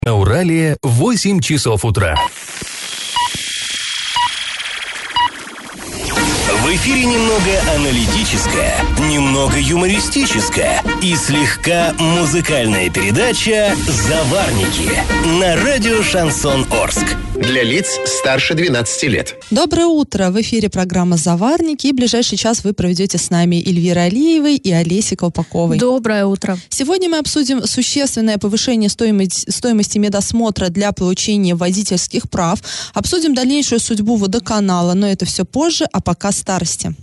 На Урале 8 часов утра. В эфире немного аналитическая, немного юмористическая и слегка музыкальная передача «Заварники» на радио «Шансон Орск». Для лиц старше 12 лет. Доброе утро! В эфире программа «Заварники», и в ближайший час вы проведете с нами Эльвирой Алиевой и Олесей Колпаковой. Доброе утро! Сегодня мы обсудим существенное повышение стоимости медосмотра для получения водительских прав, обсудим дальнейшую судьбу водоканала, но это все позже, а пока старости.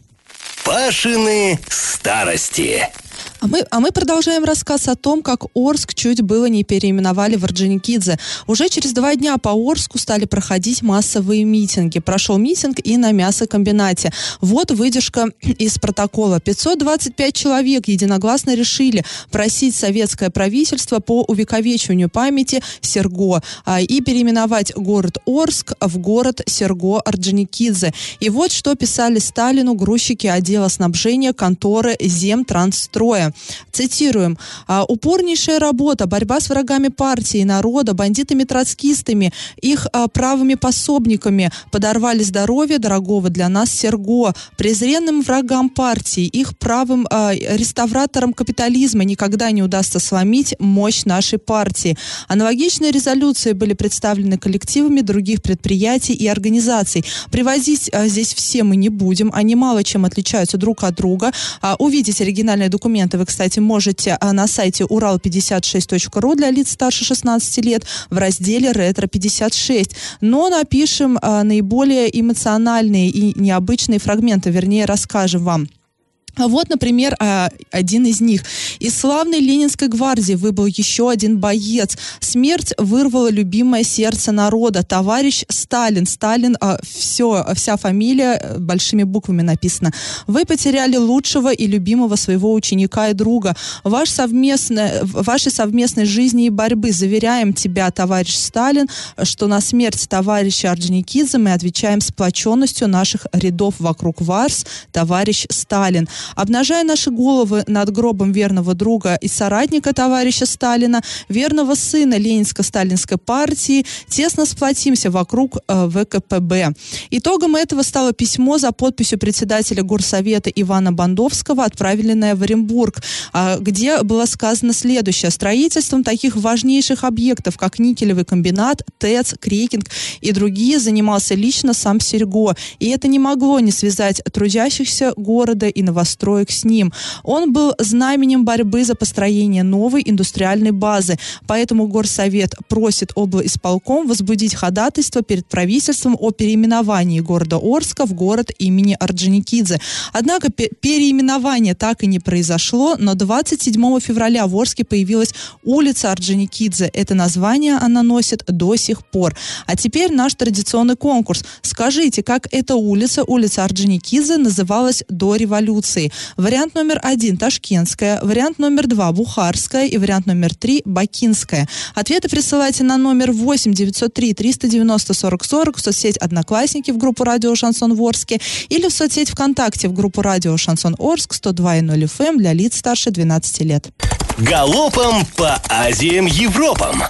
Пашины старости. А мы продолжаем рассказ о том, как Орск чуть было не переименовали в Орджоникидзе. Уже через 2 дня по Орску стали проходить массовые митинги. Прошел митинг и на мясокомбинате. Вот выдержка из протокола. 525 человек единогласно решили просить советское правительство по увековечиванию памяти Серго и переименовать город Орск в город Серго-Орджоникидзе. И вот что писали Сталину грузчики отдела снабжения конторы Земтрансстроя. Цитируем. «Упорнейшая работа, борьба с врагами партии, народа, бандитами-троцкистами, их правыми пособниками подорвали здоровье дорогого для нас Серго. Презренным врагам партии, их правым реставраторам капитализма никогда не удастся сломить мощь нашей партии». Аналогичные резолюции были представлены коллективами других предприятий и организаций. Привозить здесь все мы не будем, они мало чем отличаются друг от друга. Увидеть оригинальные документы вы, кстати, можете на сайте урал56.ру для лиц старше 16 лет в разделе «Ретро-56». Но напишем наиболее эмоциональные и необычные фрагменты, вернее, расскажем вам. Вот, например, один из них. Из славной Ленинской гвардии выбыл еще один боец. Смерть вырвала любимое сердце народа. Товарищ Сталин. Сталин, вся фамилия большими буквами написана. Вы потеряли лучшего и любимого своего ученика и друга. Вашей совместной жизни и борьбы заверяем тебя, товарищ Сталин, что на смерть товарища Орджоникидзе мы отвечаем сплоченностью наших рядов вокруг вас, товарищ Сталин. Обнажая наши головы над гробом верного друга и соратника товарища Сталина, верного сына Ленинско-сталинской партии, тесно сплотимся вокруг ВКПБ. Итогом этого стало письмо за подписью председателя Горсовета Ивана Бандовского, отправленное в Оренбург, где было сказано следующее. Строительством таких важнейших объектов, как никелевый комбинат, ТЭЦ, крекинг и другие, занимался лично сам Серго. И это не могло не связать трудящихся города и новостроек с ним. Он был знаменем борьбы за построение новой индустриальной базы. Поэтому Горсовет просит облисполком возбудить ходатайство перед правительством о переименовании города Орска в город имени Орджоникидзе. Однако переименование так и не произошло, но 27 февраля в Орске появилась улица Орджоникидзе. Это название она носит до сих пор. А теперь наш традиционный конкурс. Скажите, как эта улица Орджоникидзе, называлась до революции? Вариант номер 1 – Ташкентская, вариант номер 2 – Бухарская и вариант номер 3 – Бакинская. Ответы присылайте на номер 8 903 390 40 40 в соцсеть «Одноклассники» в группу «Радио Шансон в Орске» или в соцсеть ВКонтакте в группу «Радио Шансон Орск» 102.0 FM для лиц старше 12 лет. Галопом по Азиям, Европам.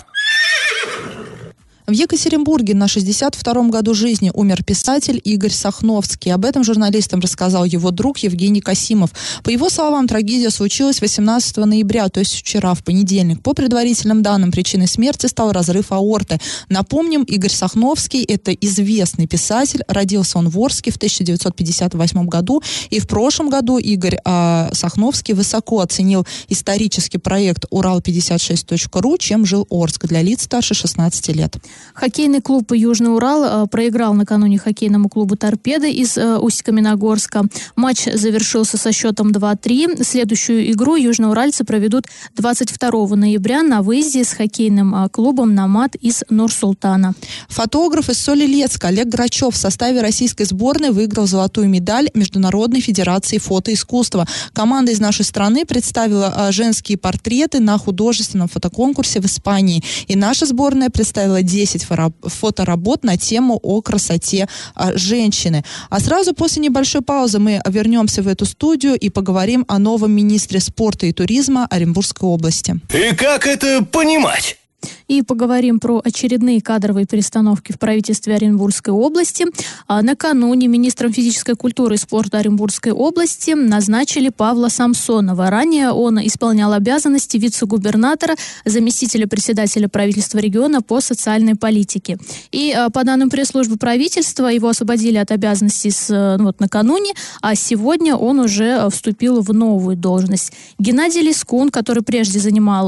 В Екатеринбурге на 62-м году жизни умер писатель Игорь Сахновский. Об этом журналистам рассказал его друг Евгений Касимов. По его словам, трагедия случилась 18 ноября, то есть вчера, в понедельник. По предварительным данным, причиной смерти стал разрыв аорты. Напомним, Игорь Сахновский – это известный писатель. Родился он в Орске в 1958 году. И в прошлом году Игорь Сахновский высоко оценил исторический проект «Урал56.ру», чем жил Орск для лиц старше 16 лет. Хоккейный клуб «Южный Урал» проиграл накануне хоккейному клубу «Торпедо» из Усть-Каменогорска. Матч завершился со счетом 2-3. Следующую игру южноуральцы проведут 22 ноября на выезде с хоккейным клубом «Намат» из Нур-Султана. Фотограф из Соль-Илецка Олег Грачев в составе российской сборной выиграл золотую медаль Международной федерации фотоискусства. Команда из нашей страны представила женские портреты на художественном фотоконкурсе в Испании. И наша сборная представила 10 фоторабот на тему о красоте женщины. А сразу после небольшой паузы мы вернемся в эту студию и поговорим о новом министре спорта и туризма Оренбургской области. И как это понимать? И поговорим про очередные кадровые перестановки в правительстве Оренбургской области. Накануне министром физической культуры и спорта Оренбургской области назначили Павла Самсонова. Ранее он исполнял обязанности вице-губернатора, заместителя председателя правительства региона по социальной политике. И по данным пресс-службы правительства, его освободили от обязанностей накануне, а сегодня он уже вступил в новую должность. Геннадий Лискун, который прежде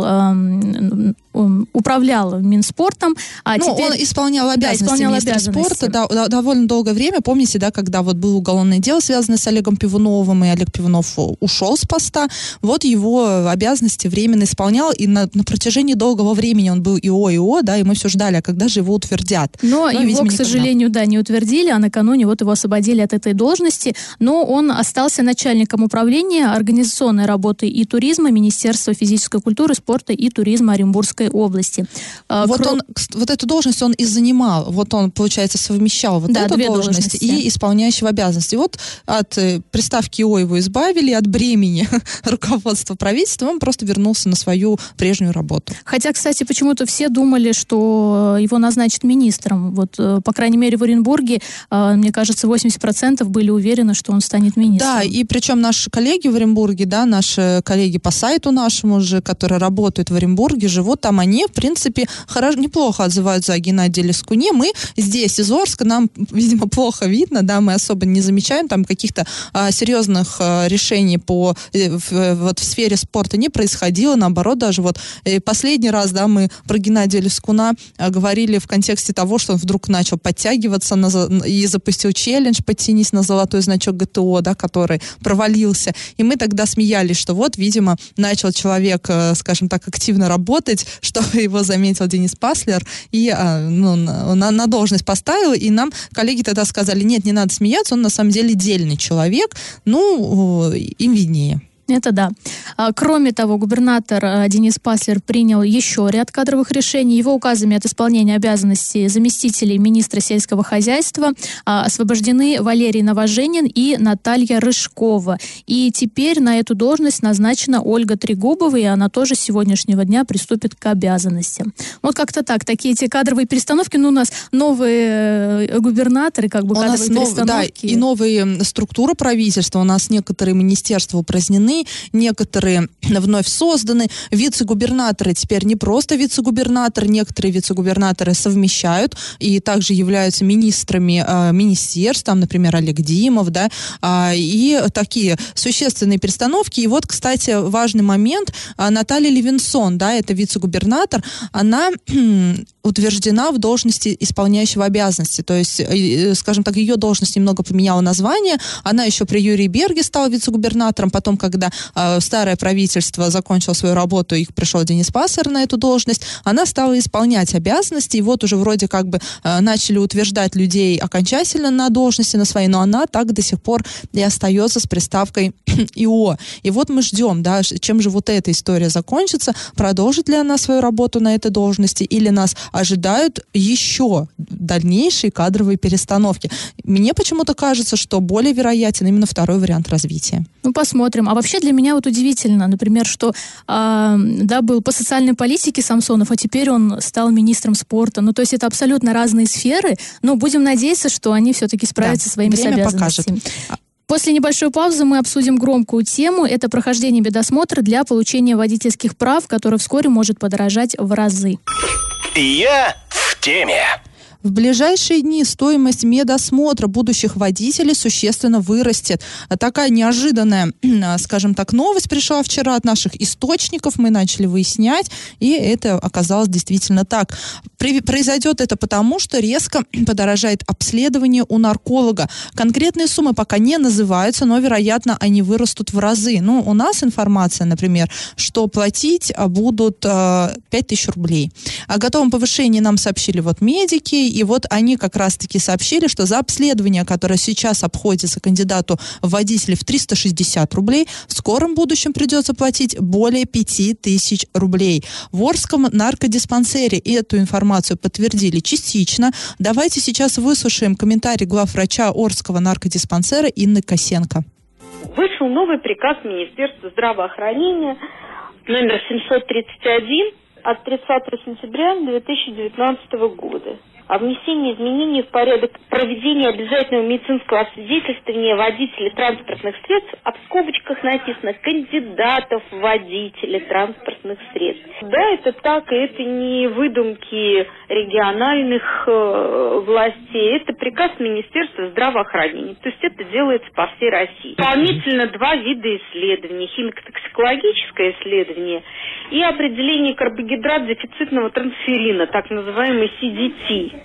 управлял Минспортом, теперь... Он исполнял обязанности министра спорта довольно долгое время. Помните, когда было уголовное дело, связанное с Олегом Пивуновым, и Олег Пивунов ушел с поста, его обязанности временно исполнял, и на протяжении долгого времени он был ИО, и мы все ждали, а когда же его утвердят. Но его, видимо, к сожалению, не утвердили, а накануне его освободили от этой должности, но он остался начальником управления организационной работы и туризма Министерства физической культуры, спорта и туризма Оренбургской области. Эту должность он и занимал. Он, получается, совмещал эту должность и исполняющего обязанности. От приставки ИО его избавили, от бремени руководства правительства, он просто вернулся на свою прежнюю работу. Хотя, кстати, почему-то все думали, что его назначат министром. По крайней мере, в Оренбурге, мне кажется, 80% были уверены, что он станет министром. Да, и причем наши коллеги в Оренбурге, наши коллеги по сайту нашему же, которые работают в Оренбурге, живут там, они, в принципе, неплохо отзываются о Геннадии Лискуне. Мы здесь, из Орска, нам, видимо, плохо видно, мы особо не замечаем там каких-то серьезных решений в сфере спорта не происходило, наоборот, даже последний раз, мы про Геннадия Лискуна говорили в контексте того, что он вдруг начал подтягиваться и запустил челлендж «Подтянись на золотой значок ГТО», который провалился. И мы тогда смеялись, что видимо, начал человек, скажем так, активно работать, что его заметил Денис Паслер и на должность поставил, и нам коллеги тогда сказали: нет, не надо смеяться, он на самом деле дельный человек, им виднее. Это да. Кроме того, губернатор Денис Паслер принял еще ряд кадровых решений. Его указами от исполнения обязанностей заместителей министра сельского хозяйства освобождены Валерий Новоженин и Наталья Рыжкова. И теперь на эту должность назначена Ольга Трегубова, и она тоже с сегодняшнего дня приступит к обязанностям. Как-то так. Такие эти кадровые перестановки. У нас новые губернаторы, кадровые перестановки. Да, и новые структуры правительства. У нас некоторые министерства упразднены, некоторые вновь созданы. Вице-губернаторы теперь не просто вице-губернатор, некоторые вице-губернаторы совмещают и также являются министрами министерств, например, Олег Димов, и такие существенные перестановки. И кстати, важный момент. Наталья Левинсон, это вице-губернатор, она утверждена в должности исполняющего обязанности. То есть, скажем так, ее должность немного поменяла название. Она еще при Юрии Берге стала вице-губернатором. Потом, когда старое правительство закончило свою работу, и пришел Денис Паслер на эту должность, она стала исполнять обязанности. И уже вроде начали утверждать людей окончательно на должности на свои, но она так до сих пор и остается с приставкой ИО. И мы ждем, чем же эта история закончится, продолжит ли она свою работу на этой должности, или нас ожидают еще дальнейшие кадровые перестановки. Мне почему-то кажется, что более вероятен именно второй вариант развития. Посмотрим. А вообще для меня удивительно, например, что был по социальной политике Самсонов, а теперь он стал министром спорта. То есть это абсолютно разные сферы, но будем надеяться, что они все-таки справятся со своими обязанностями. После небольшой паузы мы обсудим громкую тему. Это прохождение медосмотра для получения водительских прав, которое вскоре может подорожать в разы. Я в теме. В ближайшие дни стоимость медосмотра будущих водителей существенно вырастет. Такая неожиданная, скажем так, новость пришла вчера от наших источников. Мы начали выяснять, и это оказалось действительно так. Произойдет это потому, что резко подорожает обследование у нарколога. Конкретные суммы пока не называются, но, вероятно, они вырастут в разы. У нас информация, например, что платить будут 5000 рублей. О готовом повышении нам сообщили медики, и они как раз-таки сообщили, что за обследование, которое сейчас обходится кандидату в водители в 360 рублей, в скором будущем придется платить более 5000 рублей. В Орском наркодиспансере эту информацию подтвердили частично. Давайте сейчас выслушаем комментарий главврача Орского наркодиспансера Инны Косенко. Вышел новый приказ Министерства здравоохранения номер 731 от 30 сентября 2019 года о внесении изменений в порядок проведения обязательного медицинского освидетельствования водителей транспортных средств, а в скобочках написано «кандидатов в водители транспортных средств». Да, это так, и это не выдумки региональных властей, это приказ Министерства здравоохранения. То есть это делается по всей России. Дополнительно 2 вида исследований: химико-токсикологическое исследование и определение карбогидрат-дефицитного трансферина, так называемый CDT.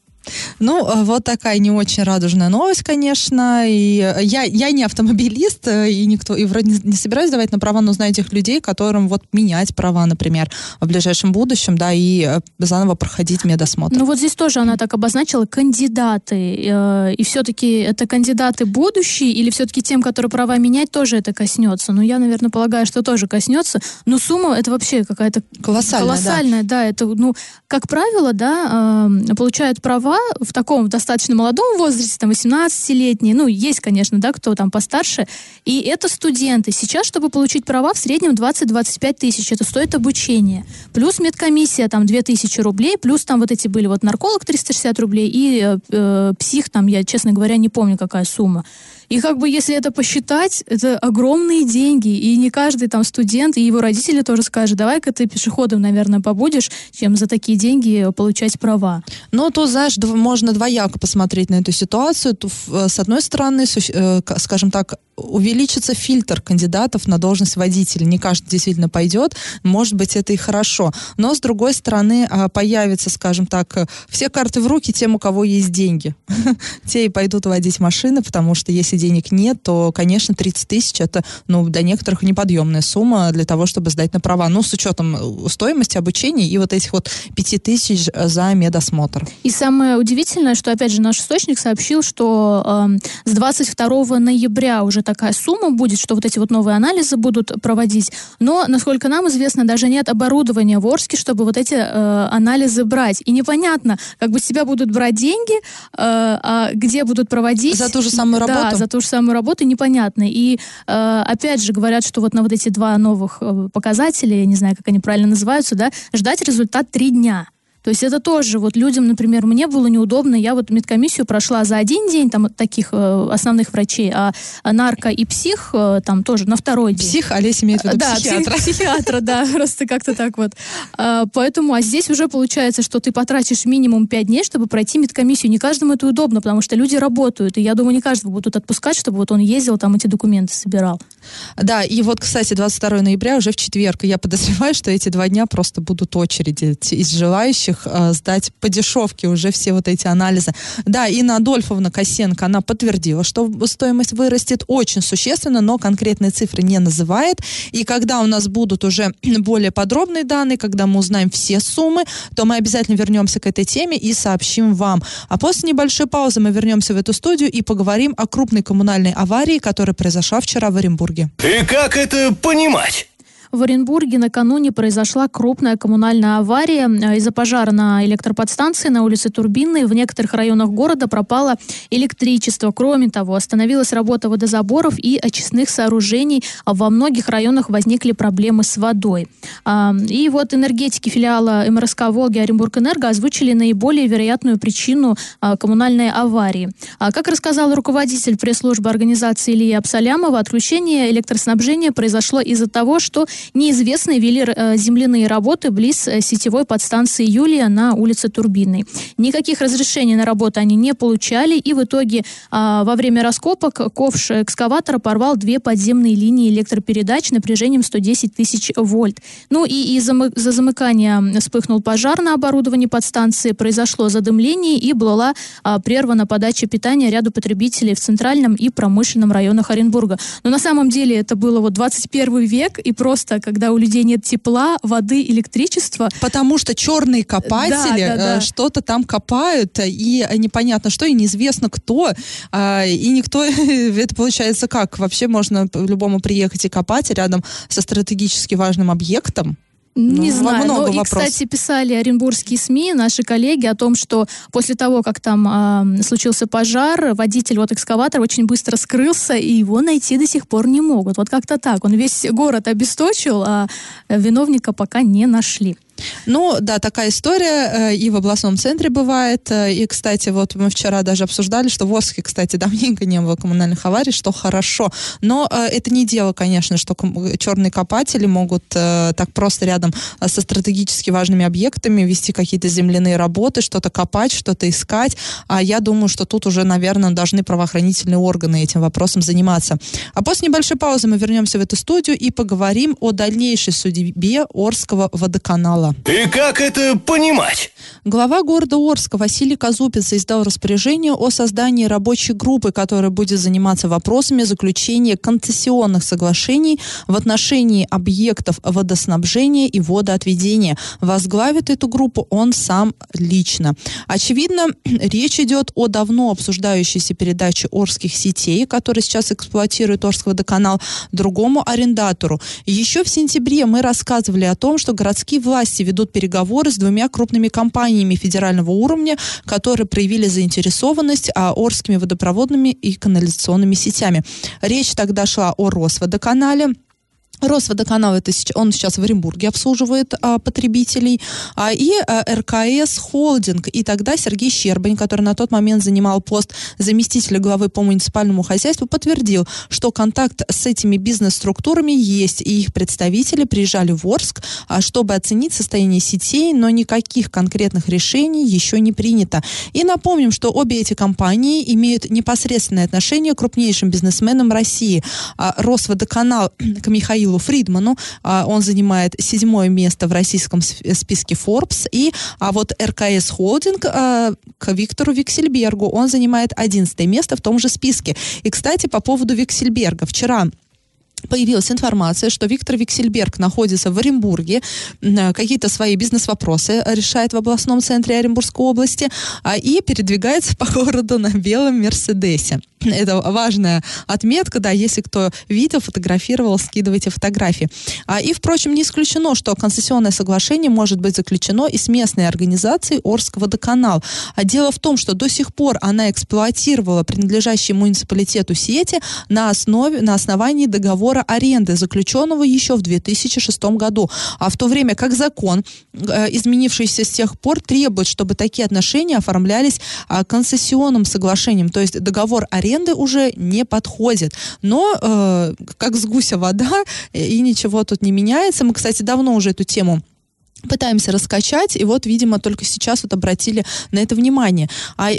Ну, вот такая не очень радужная новость, конечно. И я не автомобилист, и никто, и вроде не собираюсь давать на права, но знаю тех людей, которым вот менять права, например, в ближайшем будущем, да, и заново проходить медосмотр. Ну, вот здесь тоже она так обозначила кандидаты. И все-таки это кандидаты будущие, или все-таки тем, которые права менять, тоже это коснется? Ну, я, наверное, полагаю, что тоже коснется. Но сумма это вообще какая-то колоссальная, да. Это, ну, как правило, да, получают права в таком достаточно молодом возрасте, там, 18-летние, ну, есть, конечно, да, кто там постарше, и это студенты. Сейчас, чтобы получить права, в среднем 20-25 тысяч, это стоит обучение. Плюс медкомиссия, там, 2000 рублей, плюс там вот эти были, вот, нарколог 360 рублей и псих, там, я, честно говоря, не помню, какая сумма. И как бы, если это посчитать, это огромные деньги, и не каждый там студент, и его родители тоже скажут: давай-ка ты пешеходом, наверное, побудешь, чем за такие деньги получать права. Ну, то, знаешь, можно двояко посмотреть на эту ситуацию. То, с одной стороны, скажем так, увеличится фильтр кандидатов на должность водителя. Не каждый действительно пойдет. Может быть, это и хорошо. Но, с другой стороны, появятся, скажем так, все карты в руки тем, у кого есть деньги. Те и пойдут водить машины, потому что если денег нет, то, конечно, 30 тысяч это, ну, для некоторых неподъемная сумма для того, чтобы сдать на права. Ну, с учетом стоимости обучения и вот этих вот 5 тысяч за медосмотр. И самое удивительное, что, опять же, наш источник сообщил, что с 22 ноября уже такая сумма будет, что вот эти вот новые анализы будут проводить. Но, насколько нам известно, даже нет оборудования в Орске, чтобы вот эти анализы брать. И непонятно, как бы с тебя будут брать деньги, а где будут проводить. За ту же самую работу? Да, за ту же самую работу, непонятно. И, опять же, говорят, что вот на вот эти 2 новых показателя, я не знаю, как они правильно называются, да, ждать результат 3 дня. То есть это тоже вот людям, например, мне было неудобно. Я вот медкомиссию прошла за 1 день, там, таких основных врачей, а нарко и псих там тоже на 2-й день. Псих, Олеся имеет в виду психиатра. Да, психиатра, да, просто как-то так вот. Поэтому, а здесь уже получается, что ты потратишь минимум 5 дней, чтобы пройти медкомиссию. Не каждому это удобно, потому что люди работают, и я думаю, не каждого будут отпускать, чтобы вот он ездил, там эти документы собирал. Да, и вот, кстати, 22 ноября уже в четверг. Я подозреваю, что эти 2 дня просто будут очереди из желающих сдать по дешевке уже все вот эти анализы. Да, Инна Адольфовна Косенко, она подтвердила, что стоимость вырастет очень существенно, но конкретные цифры не называет. И когда у нас будут уже более подробные данные, когда мы узнаем все суммы, то мы обязательно вернемся к этой теме и сообщим вам. А после небольшой паузы мы вернемся в эту студию и поговорим о крупной коммунальной аварии, которая произошла вчера в Оренбурге. И как это понимать? В Оренбурге накануне произошла крупная коммунальная авария. Из-за пожара на электроподстанции на улице Турбинной в некоторых районах города пропало электричество. Кроме того, остановилась работа водозаборов и очистных сооружений. Во многих районах возникли проблемы с водой. И вот энергетики филиала МРСК «Волги» Оренбургэнерго озвучили наиболее вероятную причину коммунальной аварии. Как рассказал руководитель пресс-службы организации Илья Абсалямова, отключение электроснабжения произошло из-за того, что неизвестные вели земляные работы близ сетевой подстанции «Юлия» на улице Турбинной. Никаких разрешений на работу они не получали, и в итоге во время раскопок ковш экскаватора порвал 2 подземные линии электропередач напряжением 110 тысяч вольт. Ну и из-за замыкания вспыхнул пожар на оборудовании подстанции, произошло задымление и была прервана подача питания ряду потребителей в центральном и промышленном районах Оренбурга. Но на самом деле это было вот 21 век, и просто когда у людей нет тепла, воды, электричества. Потому что черные копатели что-то там копают, и непонятно что, и неизвестно кто, и никто, это получается как? Вообще можно любому приехать и копать рядом со стратегически важным объектом? Не знаю, но и, кстати, писали оренбургские СМИ, наши коллеги, о том, что после того, как там случился пожар, водитель вот экскаватора очень быстро скрылся, и его найти до сих пор не могут. Вот как-то так. Он весь город обесточил, а виновника пока не нашли. Ну, да, такая история и в областном центре бывает. И, кстати, вот мы вчера даже обсуждали, что в Орске, кстати, давненько не было коммунальных аварий, что хорошо. Но это не дело, конечно, что черные копатели могут так просто рядом со стратегически важными объектами вести какие-то земляные работы, что-то копать, что-то искать. А я думаю, что тут уже, наверное, должны правоохранительные органы этим вопросом заниматься. А после небольшой паузы мы вернемся в эту студию и поговорим о дальнейшей судьбе Орского водоканала. И как это понимать? Глава города Орска Василий Казупиц издал распоряжение о создании рабочей группы, которая будет заниматься вопросами заключения концессионных соглашений в отношении объектов водоснабжения и водоотведения. Возглавит эту группу он сам лично. Очевидно, речь идет о давно обсуждающейся передаче Орских сетей, которые сейчас эксплуатирует Орский водоканал, другому арендатору. Еще в сентябре мы рассказывали о том, что городские власти ведут переговоры с двумя крупными компаниями федерального уровня, которые проявили заинтересованность Орскими водопроводными и канализационными сетями. Речь тогда шла о Росводоканале. Росводоканал, он сейчас в Оренбурге обслуживает потребителей, и РКС Холдинг. И тогда Сергей Щербань, который на тот момент занимал пост заместителя главы по муниципальному хозяйству, подтвердил, что контакт с этими бизнес-структурами есть, и их представители приезжали в Орск, чтобы оценить состояние сетей, но никаких конкретных решений еще не принято. И напомним, что обе эти компании имеют непосредственное отношение к крупнейшим бизнесменам России. Росводоканал к Михаилу Фридману, он занимает 7-е место в российском списке Forbes, и вот РКС Холдинг к Виктору Виксельбергу, он занимает 11-е место в том же списке. И, кстати, по поводу Виксельберга. Вчера появилась информация, что Виктор Виксельберг находится в Оренбурге, какие-то свои бизнес-вопросы решает в областном центре Оренбургской области, и передвигается по городу на белом Мерседесе. Это важная отметка, да, если кто видел, фотографировал, скидывайте фотографии. И, впрочем, не исключено, что концессионное соглашение может быть заключено и с местной организацией Орский водоканал. Дело в том, что до сих пор она эксплуатировала принадлежащие муниципалитету сети на основании договора аренды, заключенного еще в 2006 году. А в то время как закон, изменившийся с тех пор, требует, чтобы такие отношения оформлялись концессионным соглашением, то есть договор аренды уже не подходит. Но как с гуся вода, и ничего тут не меняется. Мы, кстати, давно уже эту тему пытаемся раскачать, и вот, видимо, только сейчас вот обратили на это внимание.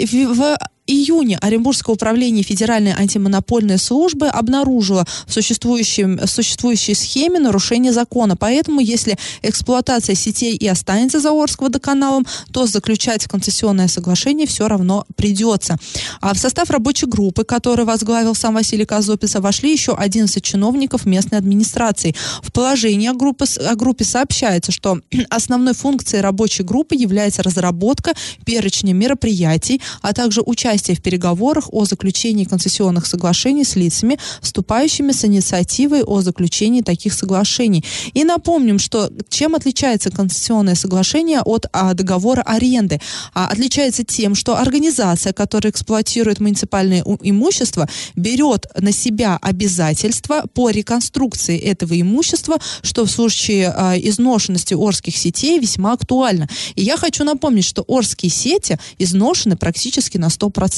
В июне Оренбургское управление Федеральной антимонопольной службы обнаружило в существующей схеме нарушение закона. Поэтому, если эксплуатация сетей и останется за Орским водоканалом, то заключать концессионное соглашение все равно придется. А в состав рабочей группы, которую возглавил сам Василий Казупиц, вошли еще 11 чиновников местной администрации. В положении о группе сообщается, что основной функцией рабочей группы является разработка перечня мероприятий, а также участие в переговорах о заключении концессионных соглашений с лицами, вступающими с инициативой о заключении таких соглашений. И напомним, что чем отличается концессионное соглашение от договора аренды? Отличается тем, что организация, которая эксплуатирует муниципальное имущество, берет на себя обязательства по реконструкции этого имущества, что в случае изношенности Орских сетей весьма актуально. И я хочу напомнить, что Орские сети изношены практически на 100%.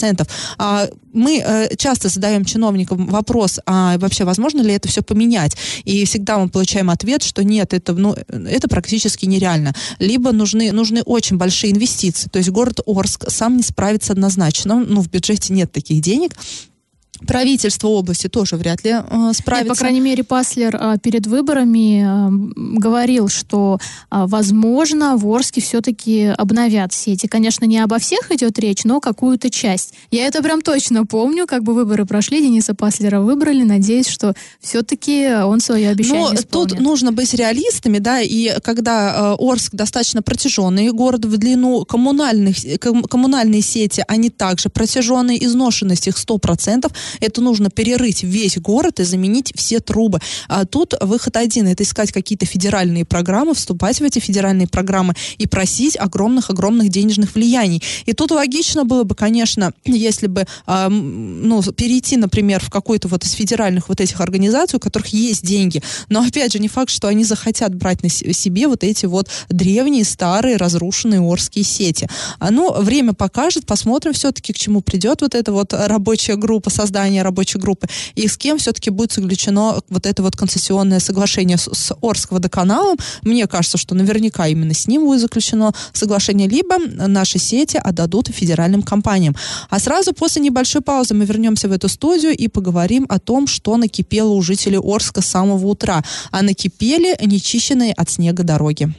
Мы часто задаем чиновникам вопрос, вообще возможно ли это все поменять? И всегда мы получаем ответ, что нет, это практически нереально. Либо нужны очень большие инвестиции. То есть город Орск сам не справится однозначно. В бюджете нет таких денег. Правительство области тоже вряд ли справится. По крайней мере, Паслер перед выборами говорил, что, возможно, в Орске все-таки обновят сети. Конечно, не обо всех идет речь, но какую-то часть. Я это прям точно помню, как бы выборы прошли, Дениса Паслера выбрали, надеюсь, что все-таки он свое обещание исполнит. Тут нужно быть реалистами, да, и когда Орск достаточно протяженный город в длину, коммунальные сети, они также протяженные, изношенность их 100%. Это нужно перерыть весь город и заменить все трубы. А тут выход один. Это искать какие-то федеральные программы, вступать в эти федеральные программы и просить огромных-огромных денежных влияний. И тут логично было бы, конечно, если бы перейти, например, в какую-то вот из федеральных вот этих организаций, у которых есть деньги. Но, опять же, не факт, что они захотят брать на себе вот эти вот древние, старые, разрушенные Орские сети. Время покажет, посмотрим все-таки, к чему придет вот эта вот рабочая группа, создание рабочей группы, и с кем все-таки будет заключено вот это вот концессионное соглашение с Орскводоканалом. Мне кажется, что наверняка именно с ним будет заключено соглашение, либо наши сети отдадут федеральным компаниям. А сразу после небольшой паузы мы вернемся в эту студию и поговорим о том, что накипело у жителей Орска с самого утра. А накипели нечищенные от снега дороги.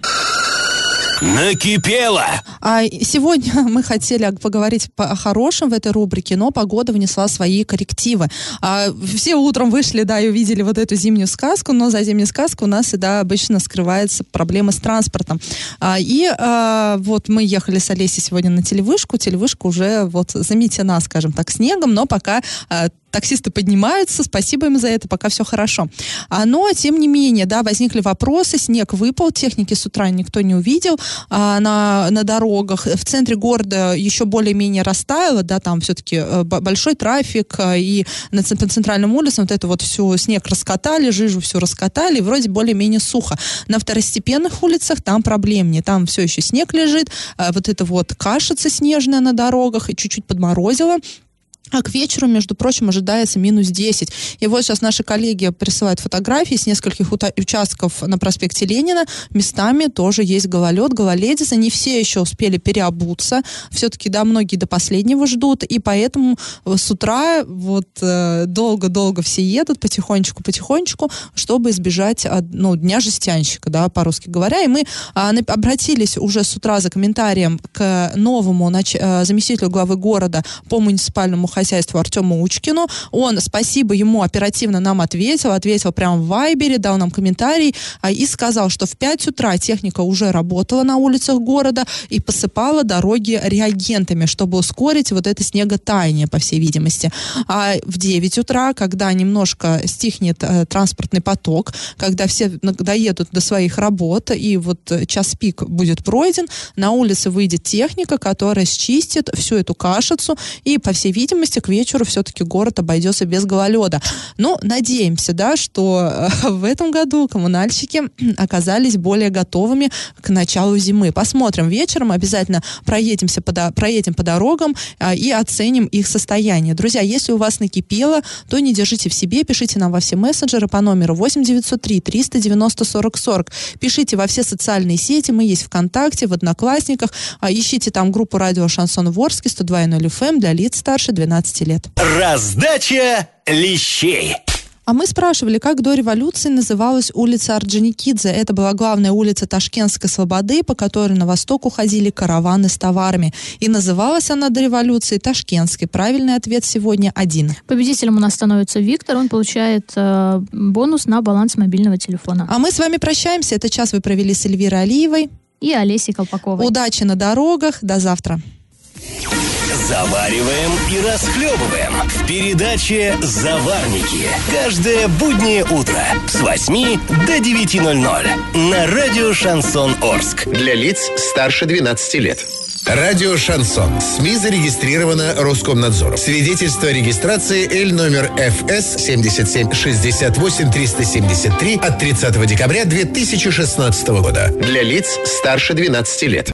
Накипело! А сегодня мы хотели поговорить о хорошем в этой рубрике, но погода внесла свои коррективы. Все утром вышли, и увидели вот эту зимнюю сказку, но за зимней сказкой у нас обычно скрывается проблема с транспортом. Вот мы ехали с Олесей сегодня на телевышку. Телевышка уже заметена, скажем так, снегом, но пока таксисты поднимаются, спасибо им за это, пока все хорошо. Но, тем не менее, возникли вопросы, снег выпал, техники с утра никто не увидел на дорогах. В центре города еще более-менее растаяло, там все-таки большой трафик, и по центральным улицам вот это вот все снег раскатали, жижу все раскатали, и вроде более-менее сухо. На второстепенных улицах там проблемнее, там все еще снег лежит, вот это вот кашица снежная на дорогах, и чуть-чуть подморозило. А к вечеру, между прочим, ожидается минус 10. И вот сейчас наши коллеги присылают фотографии с нескольких участков на проспекте Ленина. Местами тоже есть гололед, гололедица. Не все еще успели переобуться. Все-таки, многие до последнего ждут. И поэтому с утра долго-долго все едут потихонечку, чтобы избежать дня жестянщика, по-русски говоря. И мы обратились уже с утра за комментарием к новому заместителю главы города по муниципальному хозяйству Артему Учкину. Спасибо ему, оперативно нам ответил прямо в Вайбере, дал нам комментарий и сказал, что в 5 утра техника уже работала на улицах города и посыпала дороги реагентами, чтобы ускорить вот это снеготаяние, по всей видимости. А в 9 утра, когда немножко стихнет транспортный поток, когда все доедут до своих работ и час пик будет пройден, на улице выйдет техника, которая счистит всю эту кашицу, и, по всей видимости, к вечеру все-таки город обойдется без гололеда. Надеемся, что в этом году коммунальщики оказались более готовыми к началу зимы. Посмотрим вечером, обязательно проедем по дорогам и оценим их состояние. Друзья, если у вас накипело, то не держите в себе, пишите нам во все мессенджеры по номеру 8 903 390 40 40. Пишите во все социальные сети, мы есть ВКонтакте, в Одноклассниках, ищите там группу радио «Шансон в Орске» 102.0 FM для лиц старше 12 лет. Раздача лещей. А мы спрашивали, как до революции называлась улица Орджоникидзе. Это была главная улица Ташкентской Слободы, по которой на восток уходили караваны с товарами. И называлась она до революции Ташкентской. Правильный ответ сегодня 1. Победителем у нас становится Виктор. Он получает бонус на баланс мобильного телефона. А мы с вами прощаемся. Этот час вы провели с Эльвирой Алиевой и Олесей Колпаковой. Удачи на дорогах. До завтра. Завариваем и расхлебываем в передаче «Заварники». Каждое буднее утро с 8 до 9:00 на радио «Шансон Орск». Для лиц старше 12 лет. Радио «Шансон». СМИ зарегистрировано Роскомнадзором. Свидетельство о регистрации Л номер ФС 77 68 373 от 30 декабря 2016 года. Для лиц старше 12 лет.